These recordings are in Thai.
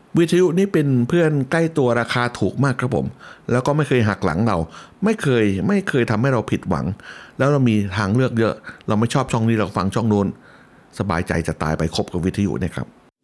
วิทยุนี่เป็นเพื่อนใกล้ตัวราคาถูกมากครับผมแล้วก็ไม่เคยหักหลังเราไม่เคยทำให้เราผิดหวังแล้วเรามีทางเลือกเยอะเราไม่ชอบช่องนี้เราฟังช่องนู้นสบายใจจะตายไปคบกับวิทยุเนี่ยครับ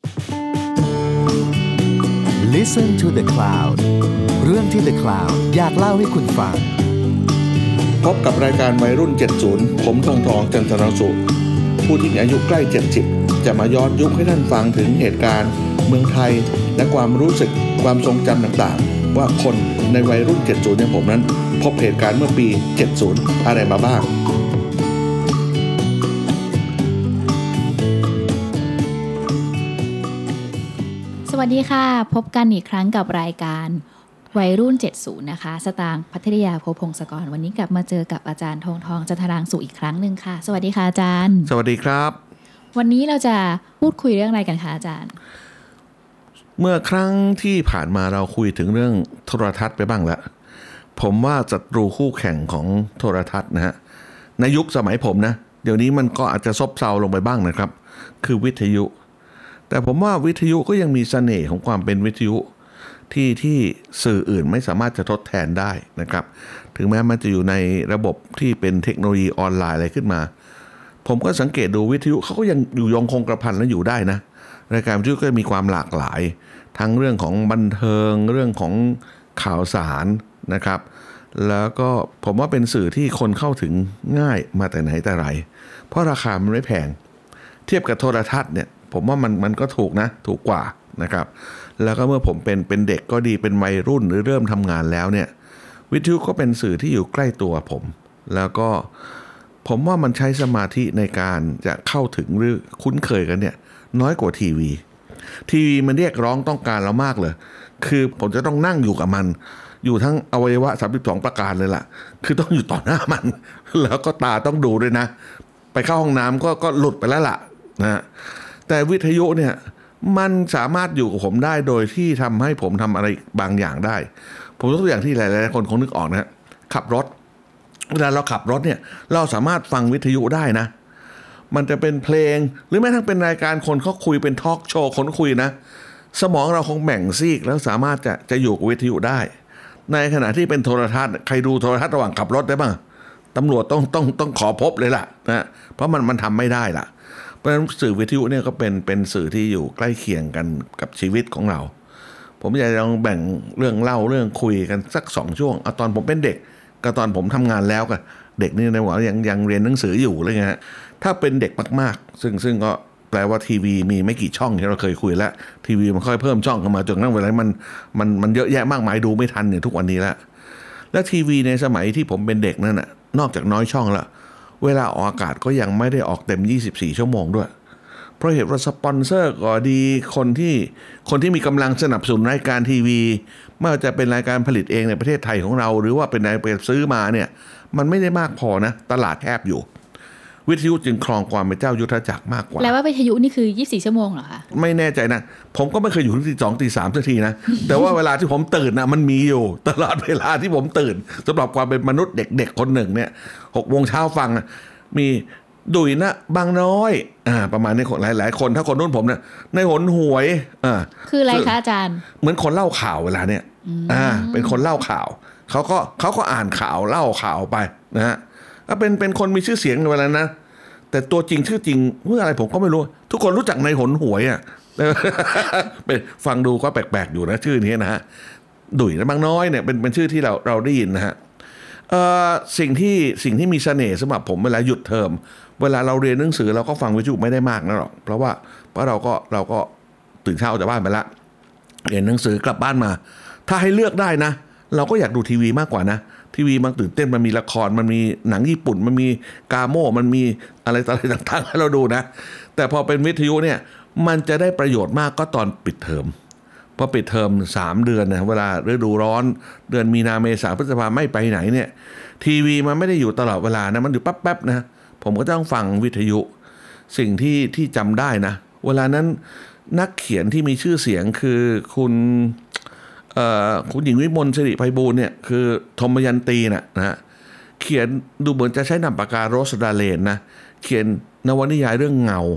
Listen to the Cloud เรื่องที่ The Cloud อยากเล่าให้คุณฟังพบกับรายการวัยรุ่น 70 ผมทองจันทรสุขผู้ที่มีอายุใกล้ 70 จะมาย้อนยุคให้ท่านฟังถึงเหตุการณ์เมืองไทยและความรู้สึกความทรงจำต่างๆว่าคนในวัยรุ่น 70 อย่างผมนั้นพบเหตุการณ์เมื่อปี 70 อะไรมาบ้างสวัสดีค่ะพบกันอีกครั้งกับรายการวัยรุ่น 70 นะคะสตางค์ภัทริยาโพพงศกรวันนี้กลับมาเจอกับอาจารย์ทองจันทรางสุขอีกครั้งหนึ่งค่ะสวัสดีค่ะอาจารย์สวัสดีครับวันนี้เราจะพูดคุยเรื่องอะไรกันคะอาจารย์เมื่อครั้งที่ผ่านมาเราคุยถึงเรื่องโทรทัศน์ไปบ้างแล้วผมว่าศัตรูคู่แข่งของโทรทัศน์นะฮะในยุคสมัยผมนะเดี๋ยวนี้มันก็อาจจะซบเซาลงไปบ้างนะครับคือวิทยุแต่ผมว่าวิทยุก็ยังมีเสน่ห์ของความเป็นวิทยุที่สื่ออื่นไม่สามารถจะทดแทนได้นะครับถึงแม้มันจะอยู่ในระบบที่เป็นเทคโนโลยีออนไลน์อะไรขึ้นมาผมก็สังเกตดูวิทยุเขาก็ยังอยู่ยงคงกระพันและอยู่ได้นะรายการวิทยุก็มีความหลากหลายทั้งเรื่องของบันเทิงเรื่องของข่าวสารนะครับแล้วก็ผมว่าเป็นสื่อที่คนเข้าถึงง่ายมาแต่ไหนแต่ไรเพราะราคามันไม่แพงเทียบกับโทรทัศน์เนี่ยผมว่ามันก็ถูกนะถูกกว่านะครับแล้วก็เมื่อผมเป็นเด็กก็ดีเป็นวัยรุ่นหรือเริ่มทำงานแล้วเนี่ยวิทยุก็เป็นสื่อที่อยู่ใกล้ตัวผมแล้วก็ผมว่ามันใช้สมาธิในการจะเข้าถึงหรือคุ้นเคยกันเนี่ยน้อยกว่าทีวีมันเรียกร้องต้องการเรามากเลยคือผมจะต้องนั่งอยู่กับมันอยู่ทั้งอวัยวะ32ประการเลยล่ะคือต้องอยู่ต่อหน้ามันแล้วก็ตาต้องดูด้วยนะไปเข้าห้องน้ำก็หลุดไปแล้วล่ะนะแต่วิทยุเนี่ยมันสามารถอยู่กับผมได้โดยที่ทำให้ผมทำอะไรบางอย่างได้ผมยกตัวอย่างที่หลายๆคนคงนึกออกนะขับรถเวลาเราขับรถเนี่ยเราสามารถฟังวิทยุได้นะมันจะเป็นเพลงหรือแม้ทั้งเป็นรายการคนเขาคุยเป็นทอล์กโชว์คนคุยนะสมองเราคงแบ่งซีกแล้วสามารถจะอยู่กับวิทยุได้ในขณะที่เป็นโทรทัศน์ใครดูโทรทัศน์ระหว่างขับรถได้บ้างตำรวจต้องขอพบเลยล่ะนะเพราะมันทำไม่ได้ล่ะเพราะฉะนั้นสื่อวิทยุเนี่ยก็เป็นสื่อที่อยู่ใกล้เคียงกันกับชีวิตของเราผมอยากจะลองแบ่งเรื่องเล่าเรื่องคุยกันสัก2ช่วงเอาตอนผมเป็นเด็กกับตอนผมทำงานแล้วกันเด็กนี่ในว่ายังเรียนหนังสืออยู่อะไรเงี้ยถ้าเป็นเด็กมากๆซึ่งก็แปลว่าทีวีมีไม่กี่ช่องที่เราเคยคุยแล้วทีวีมันค่อยเพิ่มช่องเข้ามาจนกระทั่งเวลามันเยอะแยะมากมายดูไม่ทันอย่างทุกวันนี้แล้วทีวีในสมัยที่ผมเป็นเด็กนั่นน่ะนอกจากน้อยช่องแล้วเวลาออกอากาศก็ยังไม่ได้ออกเต็ม24ชั่วโมงด้วยเพราะเหตุว่าสปอนเซอร์ก็ดีคนที่มีกำลังสนับสนุนรายการทีวีไม่ว่าจะเป็นรายการผลิตเองในประเทศไทยของเราหรือว่าเป็นรายการซื้อมาเนี่ยมันไม่ได้มากพอนะตลาดแคบอยู่วิทยุจึงครองความเป็นเจ้ายุทธจักรมากกว่าแปลว่าวิทยุนี่คือ24ชั่วโมงเหรอคะไม่แน่ใจนะผมก็ไม่เคยอยู่ถึงตี 2 ตี 3สักทีนะ แต่ว่าเวลาที่ผมตื่นนะมันมีอยู่ตลอดเวลาที่ผมตื่นสำหรับความเป็นมนุษย์เด็กๆคนหนึ่งเนี่ย6 โมงเช้าฟังมีดุยนะบางน้อยประมาณนี้หลายๆคนถ้าคนรุ่นผมเนี่ยในหนหวยคืออะไรคะอาจารย์เหมือนคนเล่าข่าวเวลาเนี่ยเป็นคนเล่าข่าวเขาก็อ่านข่าวเล่าข่าวไปนะฮะก็เป็นคนมีชื่อเสียงในเวลานะแต่ตัวจริงชื่อจริงเมื่ออะไรผมก็ไม่รู้ทุกคนรู้จักในหนหวยเป็นฟังดูก็แปลกๆอยู่นะชื่อนี้นะฮะดุยนะบางน้อยเนี่ยเป็นชื่อที่เราได้ยินนะฮะสิ่งที่มีเสน่ห์สำหรับผมเวลาหยุดเทอมเวลาเราเรียนหนังสือเราก็ฟังวิทยุไม่ได้มากนะหรอกเพราะเราก็ตื่นเช้าจากบ้านไปละเรียนหนังสือกลับบ้านมาถ้าให้เลือกได้นะเราก็อยากดูทีวีมากกว่านะทีวีมันตื่นเต้นมันมีละครมันมีหนังญี่ปุ่นมันมีกาโม่มันมีอะไรต่างๆให้เราดูนะแต่พอเป็นวิทยุเนี่ยมันจะได้ประโยชน์มากก็ตอนปิดเทอมพอปิดเทอม3 เดือนนะเวลาฤดูร้อนเดือนมีนาเมษาพฤษภาไม่ไปไหนเนี่ยทีวีมันไม่ได้อยู่ตลอดเวลานะมันอยู่แป๊บๆนะผมก็ต้องฟังวิทยุสิ่งที่จำได้นะเวลานั้นนักเขียนที่มีชื่อเสียงคือคุณหญิงวิมลสิริไพบูลย์เนี่ยคือธมยันตีนะฮะเขียนดูเหมือนจะใช้นามปากกาโรสดาเลนนะเขียนนวนิยายเรื่องเงา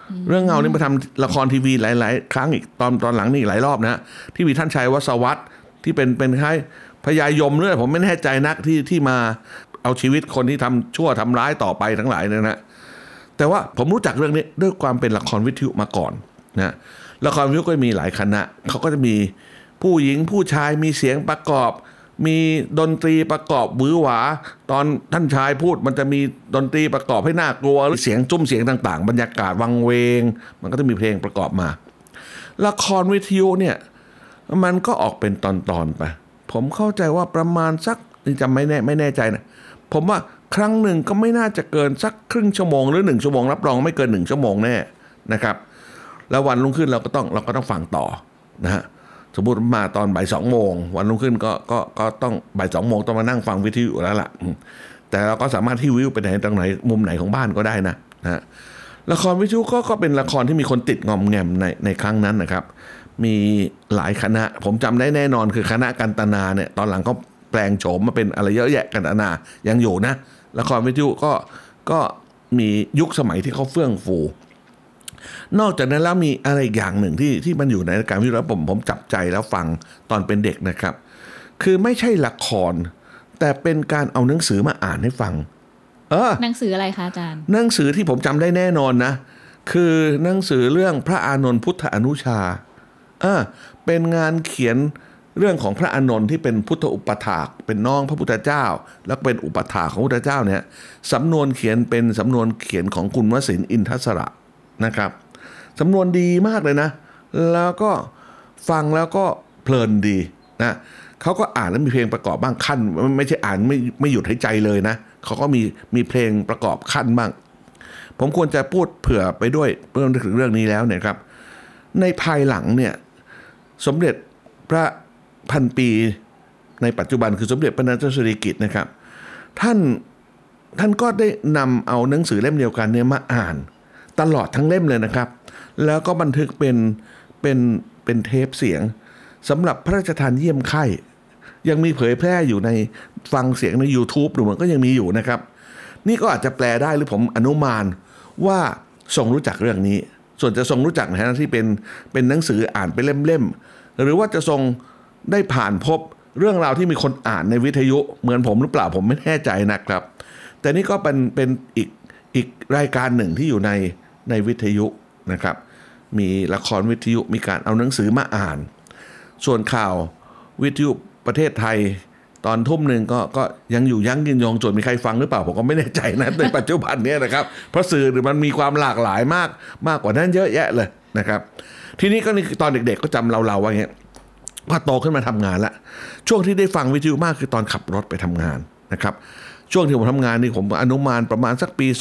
เรื่องเงานี่มาทำละครทีวีหลายๆครั้งอีกตอนหลังนี่อีกหลายรอบนะที่มีท่านชัยวศวัฒน์ที่เป็นคล้ายพญายมด้วยผมไม่แน่ใจนักที่มาเอาชีวิตคนที่ทำชั่วทำร้ายต่อไปทั้งหลายเนี่ยนะแต่ว่าผมรู้จักเรื่องนี้ด้วยความเป็นละครวิทยุมาก่อนนะละครวิทยุก็มีหลายคณะเขาก็จะมีผู้หญิงผู้ชายมีเสียงประกอบมีดนตรีประกอบหวือหวาตอนท่านชายพูดมันจะมีดนตรีประกอบให้น่ากลัวเสียงจุ้มเสียงต่างๆบรรยากาศวังเวงมันก็จะมีเพลงประกอบมาละครวิทยุเนี่ยมันก็ออกเป็นตอนๆไปผมเข้าใจว่าประมาณสักจำไม่แน่ใจนะผมว่าครั้งหนึ่งก็ไม่น่าจะเกินสักครึ่งชั่วโมงหรือ1 ชั่วโมงรับรองไม่เกิน1 ชั่วโมงแน่นะครับแล้ววันรุ่งขึ้นเราก็ต้องฟังต่อนะฮะสมมติมาตอนบ่าย2 โมงวันรุ่งขึ้นก็ต้องบ่าย2 โมงต้องมานั่งฟังวิทยุแล้วล่ะแต่เราก็สามารถที่วิวไปไหนตรงไหนมุมไหนของบ้านก็ได้นะละครวิทยุก็เป็นละครที่มีคนติดงอมแงมในครั้งนั้นนะครับมีหลายคณะผมจำได้แน่นอนคือคณะกันตนาเนี่ยตอนหลังก็แปลงโฉมมาเป็นอะไรเยอะแยะกันตนายังอยู่นะละครวิทยุก็มียุคสมัยที่เขาเฟื่องฟูนอกจากนั้นแล้วมีอะไรอีกอย่างหนึ่งที่มันอยู่ในการวิทยุแล้วผมจับใจแล้วฟังตอนเป็นเด็กนะครับคือไม่ใช่ละครแต่เป็นการเอาหนังสือมาอ่านให้ฟังหนังสืออะไรคะอาจารย์หนังสือที่ผมจำได้แน่นอนนะคือหนังสือเรื่องพระอานนท์พุทธอนุชาเป็นงานเขียนเรื่องของพระอานนท์ที่เป็นพุทธอุปถากเป็นน้องพระพุทธเจ้าแล้วเป็นอุปถากของพระพุทธเจ้าเนี่ยสำนวนเขียนเป็นสำนวนเขียนของคุณวสินทร์อินทศระนะครับสำนวนดีมากเลยนะแล้วก็ฟังแล้วก็เพลินดีนะเขาก็อ่านแล้วมีเพลงประกอบบ้างขั้นไม่ใช่อ่านไม่หยุดหายใจเลยนะเขาก็มีเพลงประกอบขั้นบ้างผมควรจะพูดเผื่อไปด้วยเมื่อถึงเรื่องนี้แล้วเนี่ยครับในภายหลังเนี่ยสมเด็จพระพันปีในปัจจุบันคือสมเด็จพระนเรศวรสิริกิติ์นะครับท่านก็ได้นำเอาหนังสือเล่มเดียวกันเนี่ยมาอ่านตลอดทั้งเล่มเลยนะครับแล้วก็บันทึกเป็นเทปเสียงสำหรับพระราชทานเยี่ยมไข้ยังมีเผยแพร่อยู่ในฟังเสียงใน YouTube ดูมันก็ยังมีอยู่นะครับนี่ก็อาจจะแปลได้หรือผมอนุมานว่าทรงรู้จักเรื่องนี้ส่วนจะทรงรู้จักในฐานะที่เป็นหนังสืออ่านเป็นเล่มๆหรือว่าจะทรงได้ผ่านพบเรื่องราวที่มีคนอ่านในวิทยุเหมือนผมหรือเปล่าผมไม่แน่ใจนะครับแต่นี่ก็เป็นอีกรายการหนึ่งที่อยู่ในวิทยุนะครับมีละครวิทยุมีการเอาหนังสือมาอ่านส่วนข่าววิทยุประเทศไทยตอนทุ่มหนึ่งก็ยังอยู่ยั้งยืนยงจนมีใครฟังหรือเปล่าผมก็ไม่แน่ใจนะในปัจจุบันนี้นะครับเพราะสื่อมันมีความหลากหลายมากกว่านั้นเยอะแยะเลยนะครับทีนี้ก็นี่คือตอนเด็กๆก็จำเราว่าอย่างเงี้ยพอโตขึ้นมาทำงานละช่วงที่ได้ฟังวิทยุมากคือตอนขับรถไปทำงานนะครับช่วงที่ผมทำงานนี่ผมอนุมานประมาณสักปี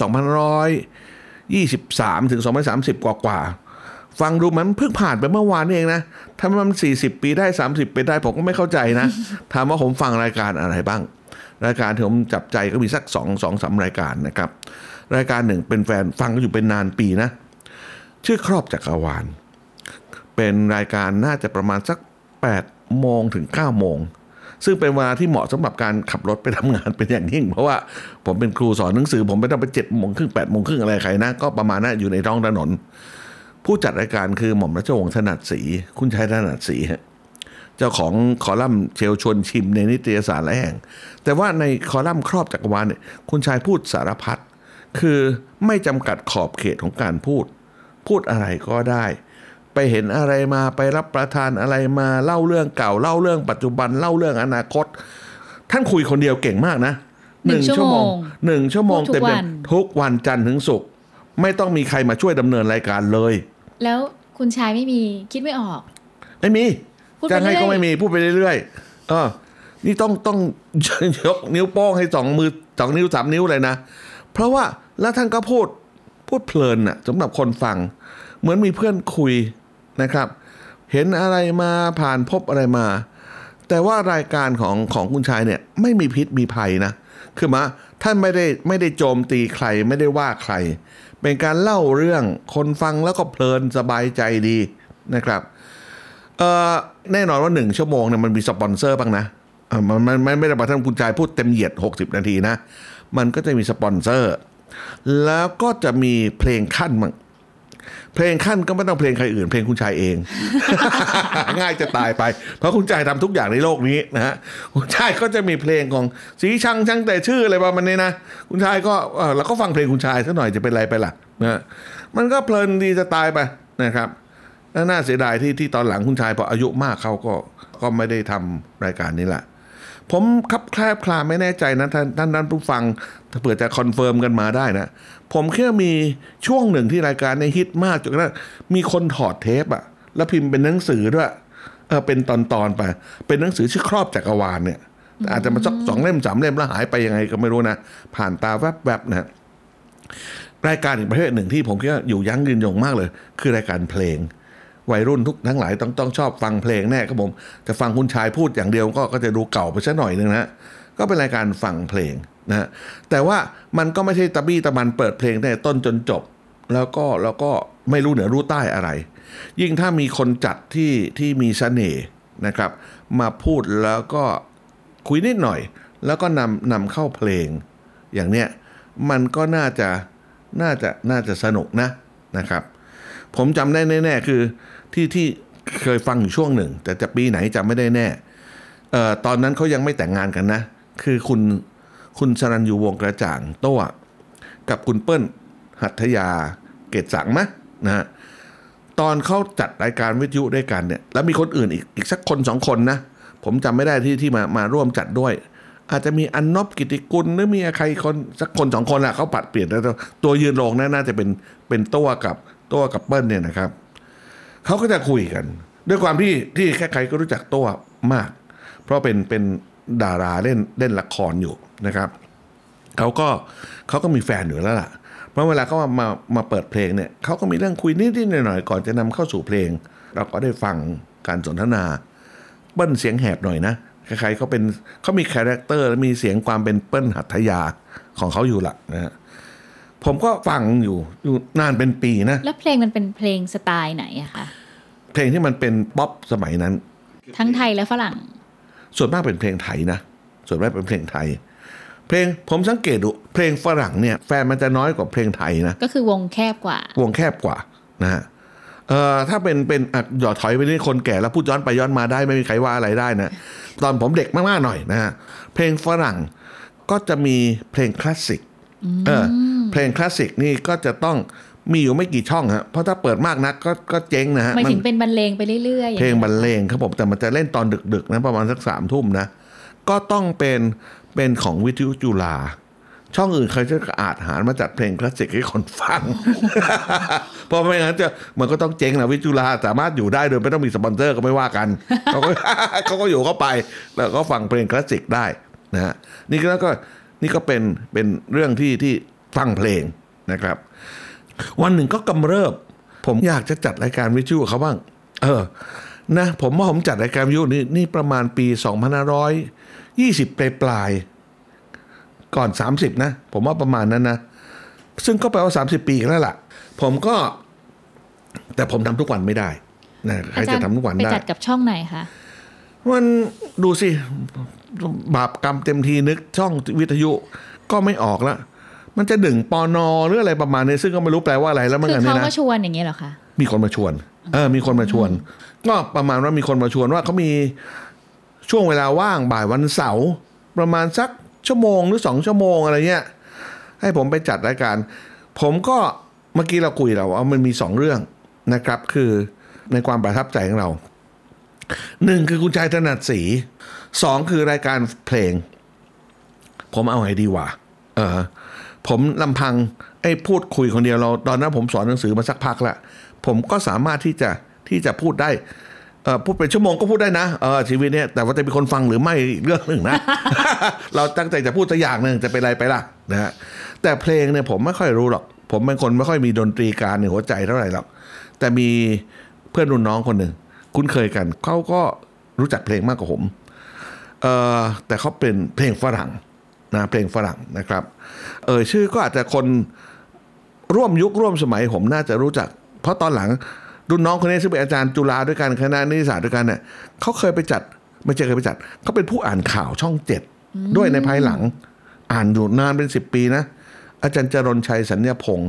2523ถึง2030กว่าฟังดูมันเพิ่งผ่านไปเมื่อวานเองนะถ้ามัน40 ปีได้30 ปีได้ผมก็ไม่เข้าใจนะถามว่าผมฟังรายการอะไรบ้างรายการที่ผมจับใจก็มีสัก2-3 รายการนะครับรายการหนึ่งเป็นแฟนฟังก็อยู่เป็นนานปีนะชื่อครอบจักรวาลเป็นรายการน่าจะประมาณสัก8 โมงถึง 9 โมงซึ่งเป็นเวลาที่เหมาะสำหรับการขับรถไปทำงานเป็นอย่างยิ่งเพราะว่าผมเป็นครูสอนหนังสือผมไม่ต้องไป7 โมงครึ่ง8 โมงครึ่งอะไรใครนะก็ประมาณนั้นอยู่ในท้องถนนผู้จัดรายการคือหม่อมราชวงศ์ถนัดศรีคุณชัยถนัดศรีเจ้าของคอลัมน์เชลชวนชิมในนิตยสารหลายแห่งแต่ว่าในคอลัมน์ครอบจักรวาลเนี่ยคุณชัยพูดสารพัดคือไม่จำกัดขอบเขตของการพูดอะไรก็ได้ไปเห็นอะไรมาไปรับประทานอะไรมาเล่าเรื่องเก่าเล่าเรื่องปัจจุบันเล่าเรื่องอนาคตท่านคุยคนเดียวเก่งมากนะ1 ชั่วโมง1 ชั่วโมงเต็มทุกวันจันทร์ถึงศุกร์ไม่ต้องมีใครมาช่วยดำเนินรายการเลยแล้วคุณชายไม่มีคิดไม่ออกไม่มีจะให้ก็ไม่มีพูดไปเรื่อยๆนี่ต้องยกนิ้วโป้งให้2 มือ2 นิ้ว3 นิ้วเลยนะเพราะว่าแล้วท่านก็พูดเพลินน่ะสำหรับคนฟังเหมือนมีเพื่อนคุยนะครับเห็นอะไรมาผ่านพบอะไรมาแต่ว่ารายการของคุณชายเนี่ยไม่มีพิษมีภัยนะคือมาท่านไม่ได้โจมตีใครไม่ได้ว่าใครเป็นการเล่าเรื่องคนฟังแล้วก็เพลินสบายใจดีนะครับแน่นอนว่า1 ชั่วโมงเนี่ยมันมีสปอนเซอร์บ้างนะมันไม่ได้มาท่านคุณชายพูดเต็มเหยียด60 นาทีนะมันก็จะมีสปอนเซอร์แล้วก็จะมีเพลงขั้นบ้างเพลงขั้นก็ไม่ต้องเพลงใครอื่นเพลงคุณชายเอง ง่ายจะตายไปเพราะคุณชายทำทุกอย่างในโลกนี้นะฮะคุณชายก็จะมีเพลงของสีช่างแต่ชื่ออะไรประมาณนี้นะคุณชายก็เราก็ฟังเพลงคุณชายสักหน่อยจะเป็นไรไปล่ะนะมันก็เพลินดีจะตายไปนะครับแล้วน่าเสียดายที่ตอนหลังคุณชายพออายุมากเขาก็ไม่ได้ทำรายการนี้แหละผมครับแคลบคลาไม่แน่ใจนะท่านผู้ฟังถ้าเผื่อจะคอนเฟิร์มกันมาได้นะผมแค่มีช่วงหนึ่งที่รายการในฮิตมากจนกระทั่งมีคนถอดเทปอะแล้วพิมพ์เป็นหนังสือด้วยเป็นตอนไปเป็นหนังสือชื่อครอบจักรวาลเนี่ยอาจจะมาสัก2 เล่ม 3 เล่มแล้วหายไปยังไงก็ไม่รู้นะผ่านตาแวบๆนะรายการอีกประเภทหนึ่งที่ผมคิดว่าอยู่ยั้งยืนยงมากเลยคือรายการเพลงวัยรุ่นทุกทั้งหลายต้องชอบฟังเพลงแน่ครับผมจะฟังคุณชายพูดอย่างเดียวก็จะดูเก่าไปสักหน่อยนึงนะก็เป็นรายการฟังเพลงนะแต่ว่ามันก็ไม่ใช่ตะบี้ตะบันเปิดเพลงได้ต้นจนจบแล้วก็ไม่รู้เหนือรู้ใต้อะไรยิ่งถ้ามีคนจัดที่มีเสน่ห์นะครับมาพูดแล้วก็คุยนิดหน่อยแล้วก็นำเข้าเพลงอย่างเนี้ยมันก็น่าจะสนุกนะครับผมจำได้แน่ๆคือที่เคยฟังอยู่ช่วงหนึ่งแต่จะปีไหนจำไม่ได้แน่ตอนนั้นเขายังไม่แต่งงานกันนะคือคุณสรัญยูวงศ์กระจ่างโต้กับคุณเปิ้ลหัตถยาเกตสังมั้ยนะฮะตอนเขาจัดรายการวิทยุด้วยกันเนี่ยแล้วมีคนอื่นอีกสักคน2 คนนะผมจำไม่ได้ที่มาร่วมจัดด้วยอาจจะมีอันนบกิติกุลหรือมีใครคนสักคน2 คนเขาปัดเปลี่ยนแล้วตัวยืนลงน่าจะเป็นโต้กับเปิ้ลเนี่ยนะครับเขาก็จะคุยกันด้วยความที่แค่ใครก็รู้จักโต้มากเพราะเป็นดาราเล่นละครอยู่นะครับเขาก็มีแฟนอยู่แล้วล่ะเพราะเวลาเขามาเปิดเพลงเนี่ยเขาก็มีเรื่องคุยนิดๆหน่อยๆก่อนจะนำเข้าสู่เพลงเราก็ได้ฟังการสนทนาเปิ้ลเสียงแหบหน่อยนะใครๆเขามีคาแรคเตอร์และมีเสียงความเป็นเปิ้ลหัตถยาของเขาอยู่ละนะฮะผมก็ฟังอยู่นานเป็นปีนะแล้วเพลงมันเป็นเพลงสไตล์ไหนอะคะเพลงที่มันเป็นป๊อปสมัยนั้นทั้งไทยและฝรั่งส่วนมากเป็นเพลงไทยนะส่วนมากเป็นเพลงไทยเพลงผมสังเกตดูเพลงฝรั่งเนี่ยแฟนมันจะน้อยกว่าเพลงไทยนะก็คือวงแคบกว่านะฮะถ้าเป็นหยอดถอยไปนี่คนแก่แล้วพูดย้อนไปย้อนมาได้ไม่มีใครว่าอะไรได้นะตอนผมเด็กมากๆหน่อยนะฮะเพลงฝรั่งก็จะมีเพลงคลาสสิกเพลงคลาสสิกนี่ก็จะต้องมีอยู่ไม่กี่ช่องฮะเพราะถ้าเปิดมากนักก็เจ๊งนะฮะหมายถึงเป็นบรรเลงไปเรื่อยๆเพลงบรรเลงครับผมแต่มันจะเล่นตอนดึกๆนะประมาณสัก 3 ทุ่มนะก็ต้องเป็นของวิทยุจุฬาช่องอื่นใครจะอาจหามาจัดเพลงคลาสสิกให้คนฟัง เพราะไม่งั้นมันก็ต้องเจ๊งนะวิทยุจุฬาสามารถอยู่ได้โดยไม่ต้องมีสปอนเซอร์ก็ไม่ว่ากัน เขาก็อยู่เข้าไปแล้วก็ฟังเพลงคลาสสิกได้นะฮะนี่ก็เป็นเรื่องที่ฟังเพลงนะครับวันหนึ่งก็กำเริบผมอยากจะจัดรายการวิทยุเขาบ้างนะผมว่าผมจัดรายการวิทยุนี่ประมาณปี2520ปลายก่อน30นะผมว่าประมาณนั้นนะซึ่งก็แปลว่า30 ปีแล้วล่ะแต่ผมทำทุกวันไม่ได้นะใครจะทำทุกวันได้ไปจัดกับช่องไหนคะมันดูสิบาปกรรมเต็มทีนึกช่องวิทยุก็ไม่ออกแล้วมันจะ1 ปน.หรืออะไรประมาณนี้ซึ่งก็ไม่รู้แปลว่าอะไรแล้วเหมือนกันนี่นะคือเขาก็ชวนอย่างเงี้ยเหรอคะมีคนมาชวนมีคนมาชวนก็ประมาณว่ามีคนมาชวนว่าเขามีช่วงเวลาว่างบ่ายวันเสาร์ประมาณสักชั่วโมงหรือ2 ชั่วโมงอะไรเงี้ยให้ผมไปจัดรายการผมก็เมื่อกี้เราคุยแล้วว่ามันมี2 เรื่องนะครับคือในความประทับใจของเรา1คือคุณชายถนัดศรี2คือรายการเพลงผมเอาไงดีวะผมลำพังพูดคุยคนเดียวเราตอนนั้นผมสอนหนังสือมาสักพักแล้วผมก็สามารถที่จะพูดได้พูดเป็นชั่วโมงก็พูดได้นะชีวิตเนี้ยแต่ว่าจะมีคนฟังหรือไม่เรื่องหนึ่งนะ เราตั้งใจจะพูดสักอย่างนึงจะเป็นอะไรไปล่ะนะฮะแต่เพลงเนี่ยผมไม่ค่อยรู้หรอกผมเป็นคนไม่ค่อยมีดนตรีการในหัวใจเท่าไหร่หรอกแต่มีเพื่อนรุ่นน้องคนหนึ่งคุ้นเคยกันเขาก็รู้จักเพลงมากกว่าผมแต่เขาเป็นเพลงฝรั่งนะเพลงฝรั่งนะครับชื่อก็อาจจะคนร่วมยุคร่วมสมัยผมน่าจะรู้จักเพราะตอนหลังรุ่นน้องคนนี้ซึ่งเป็นอาจารย์จุฬาด้วยกันคณะนิติศาสตร์ด้วยกันเนี่ยเขาเคยไปจัดไม่ใช่เคยไปจัดเขาเป็นผู้อ่านข่าวช่อง7ด้วยในภายหลังอ่านอยู่นานเป็น10 ปีนะอาจารย์จรณชัยสัญญาพงศ์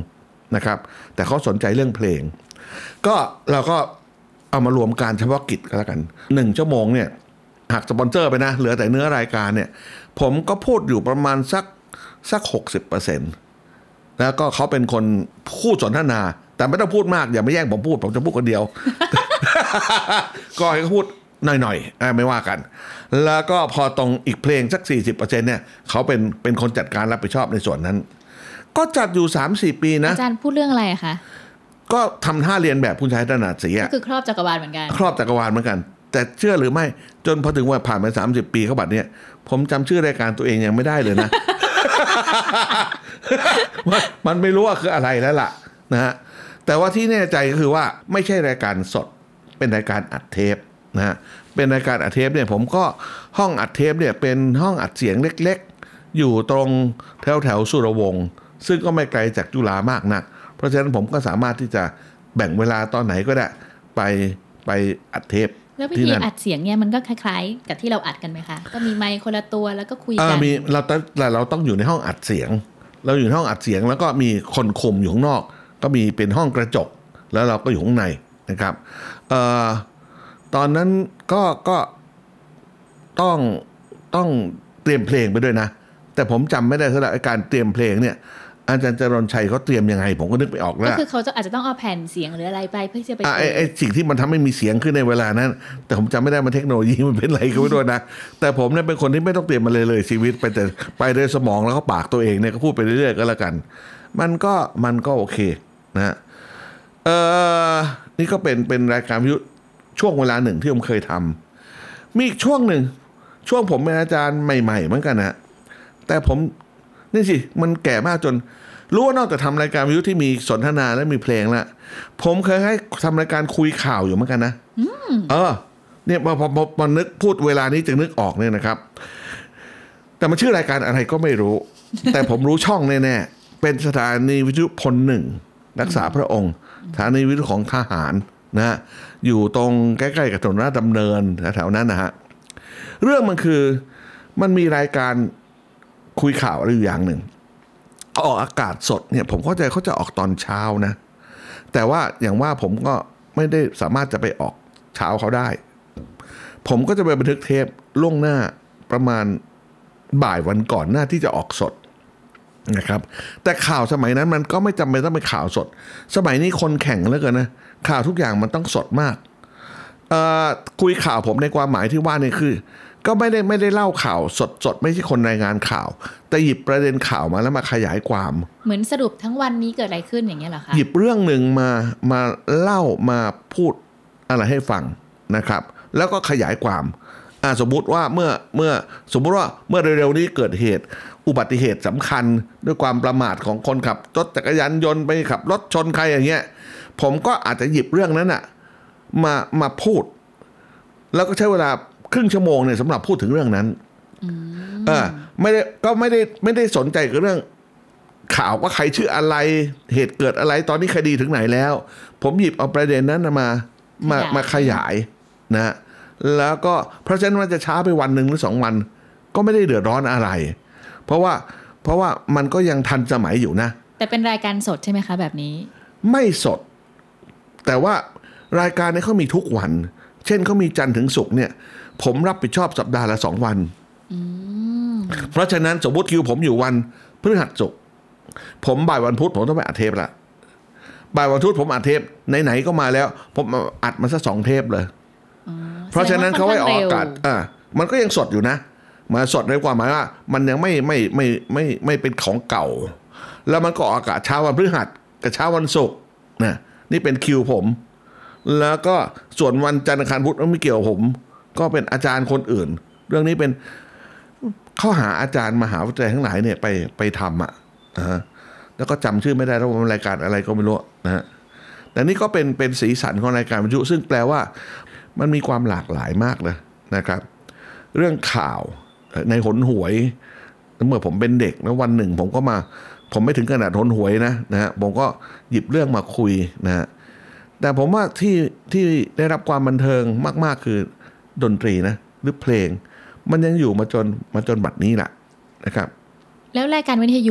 นะครับแต่เขาสนใจเรื่องเพลงก็เราก็เอามารวมการเฉพาะกิจกันแล้วกัน1 ชั่วโมงเนี่ยหักสปอนเซอร์ไปนะเหลือแต่เนื้อรายการเนี่ยผมก็พูดอยู่ประมาณสัก 60%แล้วก็เขาเป็นคนพูดสนทนาแต่ไม่ต้องพูดมากอย่าไม่แย่งผมพูดผมจะพูดคนเดียว ก็ให้เขาพูดหน่อยๆไม่ว่ากันแล้วก็พอตรงอีกเพลงสัก 40% เนี่ยเขาเป็นคนจัดการรับผิดชอบในส่วนนั้นก็จัดอยู่ 3-4 ปีนะอาจารย์พูดเรื่องอะไรคะก็ทำท่าเรียนแบบคุณชายถนัดศรีก็คือครอบจักรวาลเหมือนกันครอบจักรวาลเหมือนกันแต่เชื่อหรือไม่จนพอถึงว่าผ่านมา30 ปีเขาบัดเนี่ยผมจำชื่อรายการตัวเองยังไม่ได้เลยนะ มันไม่รู้ว่าคืออะไรแล้วล่ะนะฮะแต่ว่าที่แน่ใจก็คือว่าไม่ใช่รายการสดเป็นรายการอัดเทปนะฮะเป็นรายการอัดเทปเนี่ยผมก็ห้องอัดเทปเนี่ยเป็นห้องอัดเสียงเล็กๆอยู่ตรงแถวสุรวงศ์ซึ่งก็ไม่ไกลจากจุฬามากนักเพราะฉะนั้นผมก็สามารถที่จะแบ่งเวลาตอนไหนก็ได้ไปอัดเทปแล้ววิธีอัดเสียงเนี่ยมันก็คล้ายๆกับที่เราอัดกันไหมคะก็มีไมค์คนละตัวแล้วก็คุยกันเราต้องอยู่ในห้องอัดเสียงเราอยู่ในห้องอัดเสียงแล้วก็มีคนคุมอยู่ข้างนอกก็มีเป็นห้องกระจกแล้วเราก็อยู่ข้างในนะครับตอนนั้นก็ต้องเตรียมเพลงไปด้วยนะแต่ผมจำไม่ได้สำหรับการเตรียมเพลงเนี่ยอาจารย์จรณชัยเขาเตรียมยังไงผมก็นึกไม่ออกแล้วก็คือเขาอาจจะต้องเอาแผ่นเสียงหรืออะไรไปเพื่อจะไปไอ้สิ่งที่มันทำให้มีเสียงขึ้นในเวลานั้นแต่ผมจำไม่ได้มันเทคโนโลยีมันเป็นอะไรก็ไม่รู้นะแต่ผมเนี่ยเป็นคนที่ไม่ต้องเตรียมมาเลยชีวิตไปแต่ไปด้วยสมองแล้วก็ปากตัวเองเนี่ยก็พูดไปเรื่อยๆก็แล้วกันมันก็โอเคนะนี่ก็เป็นรายการวิทยุช่วงเวลาหนึ่งที่ผมเคยทำมีอีกช่วงหนึ่งช่วงผมเป็นอาจารย์ใหม่ๆเหมือนกันนะแต่ผมนี่สิมันแก่มากจนรู้ว่านอกจากทำรายการวิทยุที่มีสนทนาและมีเพลงแล้วผมเคยให้ทำรายการคุยข่าวอยู่เหมือนกันนะเนี่ยพอนึกพูดเวลานี้จึงนึกออกเนี่ยนะครับแต่มันชื่อรายการอะไรก็ไม่รู้ แต่ผมรู้ช่องแน่ๆเป็นสถานีวิทยุพล 1รักษาพระองค์สถานีวิทยุของทหารนะอยู่ตรงใกล้ๆกับถนนราชดำเนินแถวๆนั้นนะฮะเรื่องมันคือมันมีรายการคุยข่าวอะไรอยู่อย่างหนึ่งออกอากาศสดเนี่ยผมเข้าใจเขาจะออกตอนเช้านะแต่ว่าอย่างว่าผมก็ไม่ได้สามารถจะไปออกเช้าเขาได้ผมก็จะไปบันทึกเทปล่วงหน้าประมาณบ่ายวันก่อนหน้าที่จะออกสดนะครับแต่ข่าวสมัยนั้นมันก็ไม่จำเป็นต้องเป็นข่าวสดสมัยนี้คนแข่งเหลือเกินนะข่าวทุกอย่างมันต้องสดมากคุยข่าวผมในความหมายที่ว่านี่คือก็ไม่ได้เล่าข่าวสดไม่ใช่คนรายงานข่าวแต่หยิบประเด็นข่าวมาแล้วมาขยายความเหมือนสรุปทั้งวันนี้เกิดอะไรขึ้นอย่างเงี้ยเหรอคะหยิบเรื่องหนึ่งมาเล่ามาพูดอะไรให้ฟังนะครับแล้วก็ขยายความสมมุติว่าเมื่อเร็วๆนี้เกิดเหตุอุบัติเหตุสำคัญด้วยความประมาทของคนขับรถจักรยานยนต์ไปขับรถชนใครอย่างเงี้ยผมก็อาจจะหยิบเรื่องนั้นน่ะมาพูดแล้วก็ใช้เวลาครึ่งชั่วโมงเนี่ยสำหรับพูดถึงเรื่องนั้นไม่ได้สนใจกับเรื่องข่าวว่าใครชื่ออะไรเหตุเกิดอะไรตอนนี้คดีถึงไหนแล้วผมหยิบเอาประเด็นนั้นมาขยายนะแล้วก็เพราะฉะนั้นมันจะช้าไปวันหนึ่งหรือ2 วันก็ไม่ได้เดือดร้อนอะไรเพราะว่ามันก็ยังทันสมัยอยู่นะแต่เป็นรายการสดใช่ไหมคะแบบนี้ไม่สดแต่ว่ารายการนี้เขามีทุกวันเช่นเขามีจันทร์ถึงศุกร์เนี่ยผมรับผิดชอบสัปดาห์ละ2 วันเพราะฉะนั้นสมมติคิวผมอยู่วันพฤหัสศุกร์ผมบ่ายวันพุธผมต้องไปอัดเทปละบ่ายวันพุธผมอัดเทปไหนๆก็มาแล้วผมอัดมาซะ2 เทปเลยเพราะฉะนั้นเขาให้ออกอากาศมันก็ยังสดอยู่นะมาสดในความหมายว่ามันยังไม่เป็นของเก่าแล้วมันก็ออกอากาศเช้าวันพฤหัสกับเช้าวันศุกร์นะนี่เป็นคิวผมแล้วก็ส่วนวันจันทร์อังคารพุธไม่เกี่ยวผมก็เป็นอาจารย์คนอื่นเรื่องนี้เป็นเข้าหาอาจารย์มหาวิทยาลัยทั้งหลายเนี่ยไปทำแล้วก็จำชื่อไม่ได้แล้วว่ารายการอะไรก็ไม่รู้นะฮะแต่นี่ก็เป็นสีสันของรายการวิทยุซึ่งแปลว่ามันมีความหลากหลายมากเลยนะครับเรื่องข่าวในหนหวยเมื่อผมเป็นเด็กแล้ววันหนึ่งผมไม่ถึงขนาดหนหวยนะฮะผมก็หยิบเรื่องมาคุยนะฮะแต่ผมว่าที่ได้รับความบันเทิงมากๆคือดนตรีนะหรือเพลงมันยังอยู่มาจนบัดนี้แหละนะครับแล้วรายการวิทยุ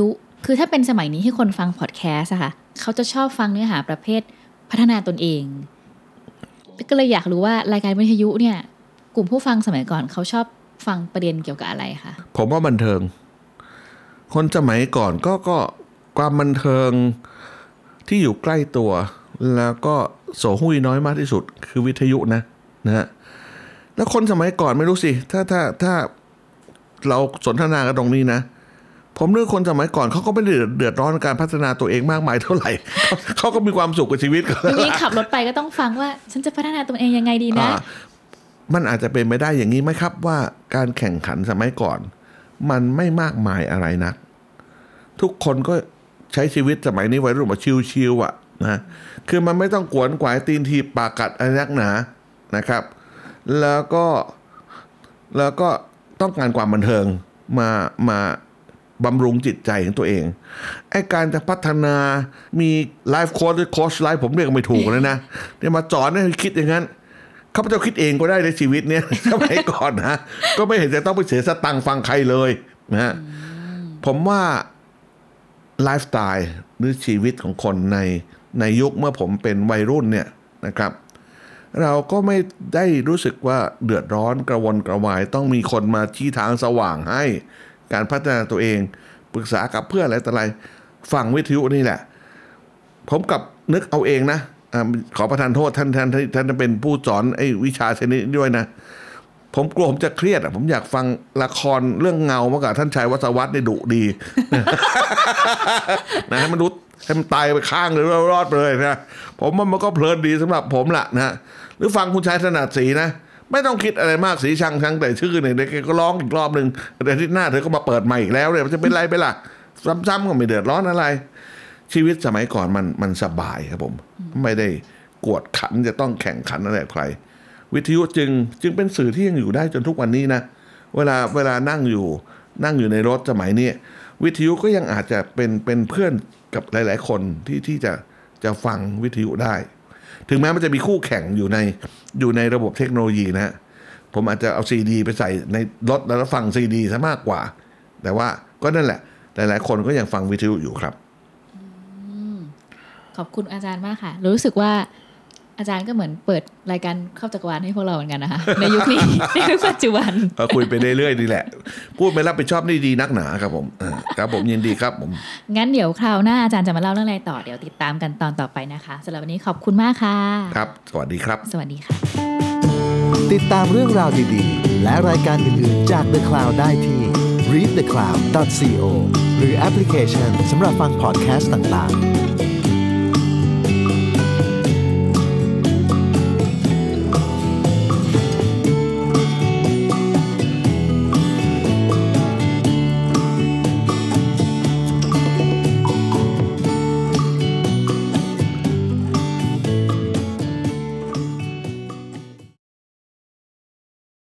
คือถ้าเป็นสมัยนี้ที่คนฟังพอดแคสต์อะค่ะเขาจะชอบฟังเนื้อหาประเภทพัฒนาตนเองก็เลยอยากรู้ว่ารายการวิทยุเนี่ยกลุ่มผู้ฟังสมัยก่อนเขาชอบฟังประเด็นเกี่ยวกับอะไรคะผมว่าบันเทิงคนสมัยก่อนก็ความบันเทิงที่อยู่ใกล้ตัวแล้วก็โสหุ้ยน้อยมากที่สุดคือวิทยุนะฮะแล้วคนสมัยก่อนไม่รู้สิถ้าเราสนทนากันตรงนี้นะผมเรื่องคนสมัยก่อนเขาก็ไม่ได้เดือดร้อนในการพัฒนาตัวเองมากมายเท่าไหร่ เขาก็มีความสุขกับชีวิตกันทีนี้ขับรถไปก็ต้องฟังว่าฉันจะพัฒนาตัวเองยังไงดีนะมันอาจจะเป็นไม่ได้อย่างนี้ไหมครับว่าการแข่งขันสมัยก่อนมันไม่มากมายอะไรนักทุกคนก็ใช้ชีวิตสมัยนี้วัยรุ่นมาชิวๆอ่ะนะคือมันไม่ต้องกวนกวายตีนทีปากกัดอะไรนักหนานะครับแล้วก็ต้องการความบันเทิงมาบำรุงจิตใจของตัวเองไอ้การจะพัฒนามีไลฟ์โค้ชหรือโค้ชไลฟ์ผมเรียกไม่ถูกเลยนะเนี่ยมาสอนให้คิดอย่างนั้นข้าพเจ้าคิดเองก็ได้ในชีวิตเนี้ยสมัยก่อนนะก็ไม่เห็นจะต้องไปเสียสตังค์ฟังใครเลยนะผมว่าไลฟ์สไตล์หรือชีวิตของคนในยุคเมื่อผมเป็นวัยรุ่นเนี่ยนะครับเราก็ไม่ได้รู้สึกว่าเดือดร้อนกระวนกระวายต้องมีคนมาชี้ทางสว่างให้การพัฒนาตัวเองปรึกษากับเพื่อนอะไรต่ออะไรฟังวิทยุนี่แหละผมกับนึกเอาเองนะขอประทานโทษท่านเป็นผู้สอนไอ้วิชาชนิดด้วยนะผมกลัวผมจะเครียดผมอยากฟังละครเรื่องเงามากกว่าท่านชายวัศวัฒน์นี่ดุดี นะให้มันรู้ให้มันตายไปข้างหรือรอดเลยนะผมว่ามันก็เพลินดีสำหรับผมละนะหรือฟังคุณชายถนัดศรีนะไม่ต้องคิดอะไรมากสีชังแต่ชื่อเนี่ยเด็กก็ร้องอีกรอบนึงแต่อาทิตย์หน้าเธอก็มาเปิดใหม่อีกแล้วเนี่ยจะเป็นไรไปล่ะซ้ำๆก็ไม่เดือดร้อนอะไรชีวิตสมัยก่อนมันสบายครับผมไม่ได้กวดขันจะต้องแข่งขันอะไรกับใครวิทยุจึงเป็นสื่อที่ยังอยู่ได้จนทุกวันนี้นะเวลานั่งอยู่ในรถสมัยนี้วิทยุก็ยังอาจจะเป็นเพื่อนกับหลายๆคนที่จะฟังวิทยุได้ถึงแม้มันจะมีคู่แข่งอยู่ในระบบเทคโนโลยีนะผมอาจจะเอาซีดีไปใส่ในรถแล้วฟังซีดีซะมากกว่าแต่ว่าก็นั่นแหละหลายๆคนก็ยังฟังวิทยุอยู่ครับขอบคุณอาจารย์มากค่ะรู้สึกว่าอาจารย์ก็เหมือนเปิดรายการเข้าจักรวาลให้พวกเราเหมือนกันนะคะ ในยุคนี้ ในยุคปัจจุบันคุยไปเรื่อยๆนี่แหละพูดไม่รับผิดชอบนี่ดีนักหนาครับผมครับผมยินดีครับผมงั้นเดี๋ยวคราวหน้าอาจารย์จะมาเล่าเรื่องอะไรต่อเดี๋ยวติดตามกันตอนต่อไปนะคะสำหรับวันนี้ขอบคุณมากค่ะครับสวัสดีครับสวัสดีค่ะติดตามเรื่องราวดีๆและรายการอื่นๆจาก The Cloud ได้ที่ readthecloud.co หรือแอปพลิเคชันสำหรับฟังพอดแคสต์ต่างๆ